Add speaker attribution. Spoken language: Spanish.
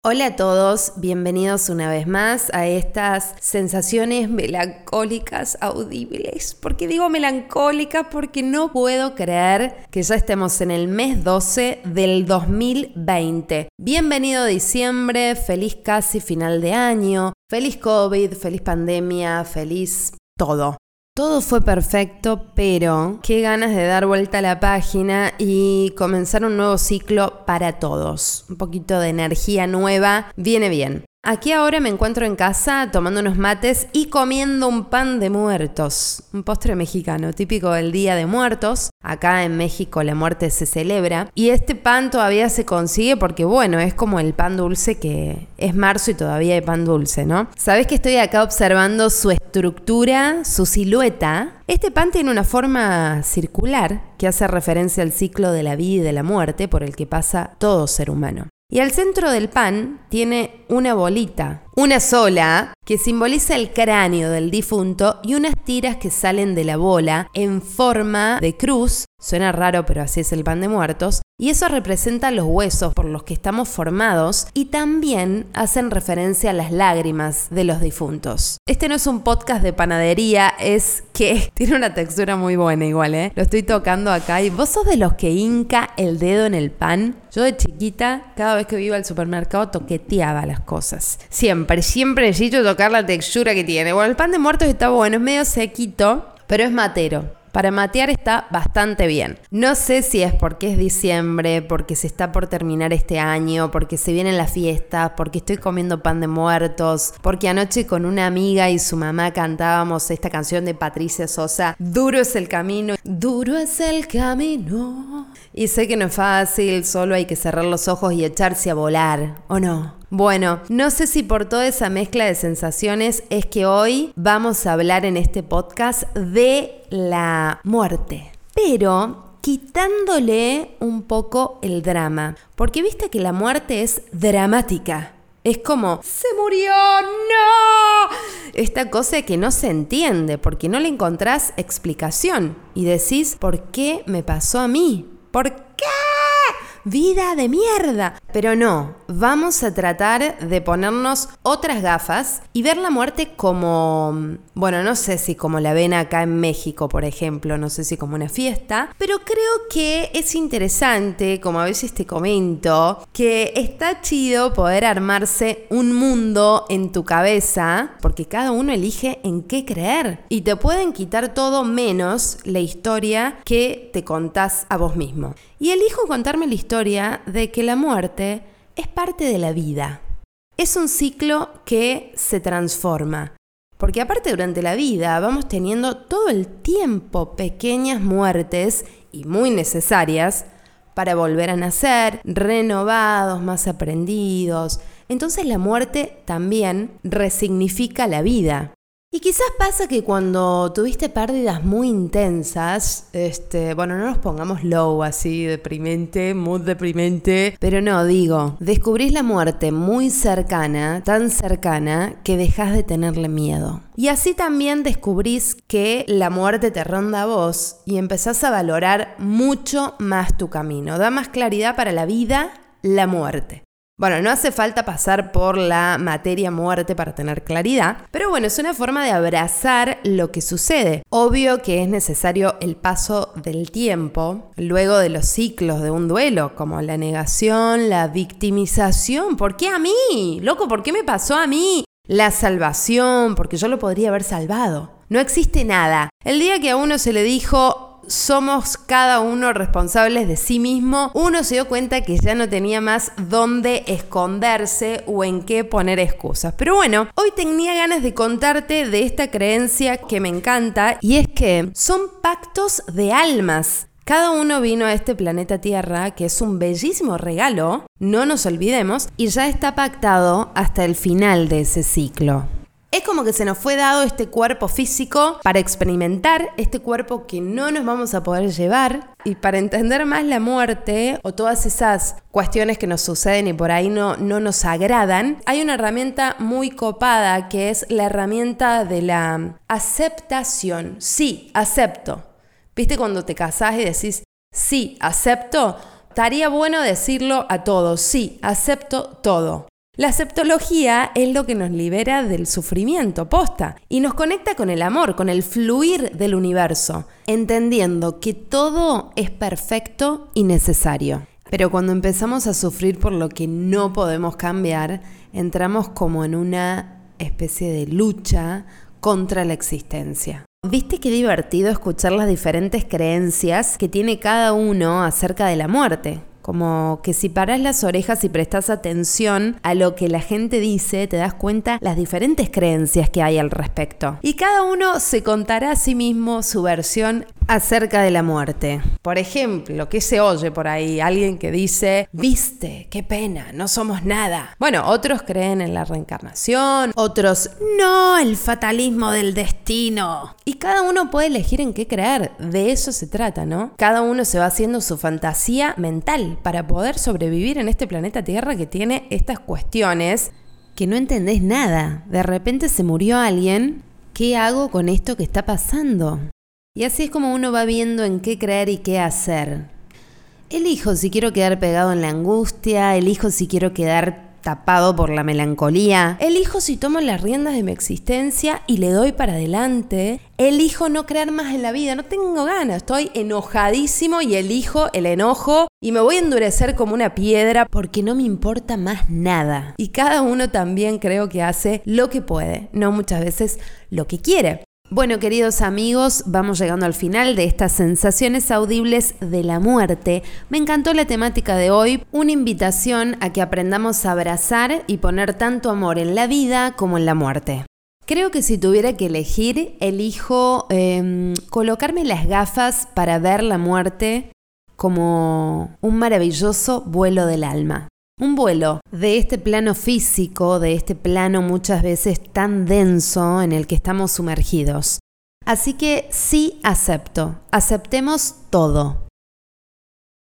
Speaker 1: Hola a todos, bienvenidos una vez más a estas sensaciones melancólicas audibles. ¿Por qué digo melancólicas? Porque no puedo creer que ya estemos en el mes 12 del 2020. Bienvenido diciembre, feliz casi final de año, feliz COVID, feliz pandemia, feliz todo. Todo fue perfecto, pero qué ganas de dar vuelta a la página y comenzar un nuevo ciclo para todos. Un poquito de energía nueva viene bien. Aquí ahora me encuentro en casa tomando unos mates y comiendo un pan de muertos, un postre mexicano típico del Día de Muertos. Acá en México la muerte se celebra y este pan todavía se consigue porque bueno, es como el pan dulce que es marzo y todavía hay pan dulce, ¿no? ¿Sabés que estoy acá observando su estructura, su silueta? Este pan tiene una forma circular que hace referencia al ciclo de la vida y de la muerte por el que pasa todo ser humano. Y al centro del pan tiene una bolita, una sola, que simboliza el cráneo del difunto y unas tiras que salen de la bola en forma de cruz. Suena raro, pero así es el pan de muertos. Y eso representa los huesos por los que estamos formados y también hacen referencia a las lágrimas de los difuntos. Este no es un podcast de panadería, es que tiene una textura muy buena igual, ¿eh? Lo estoy tocando acá y vos sos de los que hinca el dedo en el pan. Yo de chiquita, cada vez que iba al supermercado, toqueteaba las cosas. Siempre necesito tocar la textura que tiene. Bueno, el pan de muertos está bueno, es medio sequito, pero es matero. Para matear está bastante bien. No sé si es porque es diciembre, porque se está por terminar este año, porque se vienen las fiestas, porque estoy comiendo pan de muertos, porque anoche con una amiga y su mamá cantábamos esta canción de Patricia Sosa, Duro es el camino, duro es el camino. Y sé que no es fácil, solo hay que cerrar los ojos y echarse a volar, ¿o no? Bueno, no sé si por toda esa mezcla de sensaciones es que hoy vamos a hablar en este podcast de la muerte, pero quitándole un poco el drama, porque viste que la muerte es dramática. Es como, ¡se murió! ¡No! Esta cosa que no se entiende porque no le encontrás explicación y decís, ¿por qué me pasó a mí? ¿Por qué? ¡Vida de mierda! Pero no, vamos a tratar de ponernos otras gafas y ver la muerte como, bueno, no sé si como la ven acá en México, por ejemplo, no sé si como una fiesta, pero creo que es interesante, como a veces te comento, que está chido poder armarse un mundo en tu cabeza, porque cada uno elige en qué creer y te pueden quitar todo menos la historia que te contás a vos mismo. Y elijo contarme la historia de que la muerte es parte de la vida. Es un ciclo que se transforma. Porque aparte durante la vida vamos teniendo todo el tiempo pequeñas muertes y muy necesarias para volver a nacer, renovados, más aprendidos. Entonces la muerte también resignifica la vida. Y quizás pasa que cuando tuviste pérdidas muy intensas, no nos pongamos low así, deprimente, mood deprimente, pero no, digo, descubrís la muerte muy cercana, tan cercana, que dejás de tenerle miedo. Y así también descubrís que la muerte te ronda a vos y empezás a valorar mucho más tu camino. Da más claridad para la vida, la muerte. Bueno, no hace falta pasar por la materia muerte para tener claridad, pero bueno, es una forma de abrazar lo que sucede. Obvio que es necesario el paso del tiempo, luego de los ciclos de un duelo, como la negación, la victimización. ¿Por qué a mí? Loco, ¿por qué me pasó a mí? La salvación, porque yo lo podría haber salvado. No existe nada. El día que a uno se le dijo, somos cada uno responsables de sí mismo, uno se dio cuenta que ya no tenía más dónde esconderse o en qué poner excusas. Pero bueno, hoy tenía ganas de contarte de esta creencia que me encanta y es que son pactos de almas. Cada uno vino a este planeta Tierra, que es un bellísimo regalo, no nos olvidemos, y ya está pactado hasta el final de ese ciclo. Es como que se nos fue dado este cuerpo físico para experimentar este cuerpo que no nos vamos a poder llevar y para entender más la muerte o todas esas cuestiones que nos suceden y por ahí no nos agradan. Hay una herramienta muy copada que es la herramienta de la aceptación. Sí, acepto. ¿Viste cuando te casás y decís, sí, acepto? Estaría bueno decirlo a todos, sí, acepto todo. La aceptología es lo que nos libera del sufrimiento, posta, y nos conecta con el amor, con el fluir del universo, entendiendo que todo es perfecto y necesario. Pero cuando empezamos a sufrir por lo que no podemos cambiar, entramos como en una especie de lucha contra la existencia. ¿Viste qué divertido escuchar las diferentes creencias que tiene cada uno acerca de la muerte? Como que si parás las orejas y prestás atención a lo que la gente dice, te das cuenta las diferentes creencias que hay al respecto. Y cada uno se contará a sí mismo su versión acerca de la muerte. Por ejemplo, ¿qué se oye por ahí? Alguien que dice, ¿viste? ¡Qué pena! No somos nada. Bueno, otros creen en la reencarnación, otros, no, el fatalismo del destino. Y cada uno puede elegir en qué creer. De eso se trata, ¿no? Cada uno se va haciendo su fantasía mental para poder sobrevivir en este planeta Tierra que tiene estas cuestiones que no entendés nada. De repente se murió alguien. ¿Qué hago con esto que está pasando? Y así es como uno va viendo en qué creer y qué hacer. Elijo si quiero quedar pegado en la angustia, elijo si quiero quedar tapado por la melancolía, elijo si tomo las riendas de mi existencia y le doy para adelante, elijo no creer más en la vida, no tengo ganas, estoy enojadísimo y elijo el enojo y me voy a endurecer como una piedra porque no me importa más nada. Y cada uno también creo que hace lo que puede, no muchas veces lo que quiere. Bueno, queridos amigos, vamos llegando al final de estas sensaciones audibles de la muerte. Me encantó la temática de hoy, una invitación a que aprendamos a abrazar y poner tanto amor en la vida como en la muerte. Creo que si tuviera que elegir, elijo colocarme las gafas para ver la muerte como un maravilloso vuelo del alma. Un vuelo de este plano físico, de este plano muchas veces tan denso en el que estamos sumergidos. Así que sí acepto, aceptemos todo.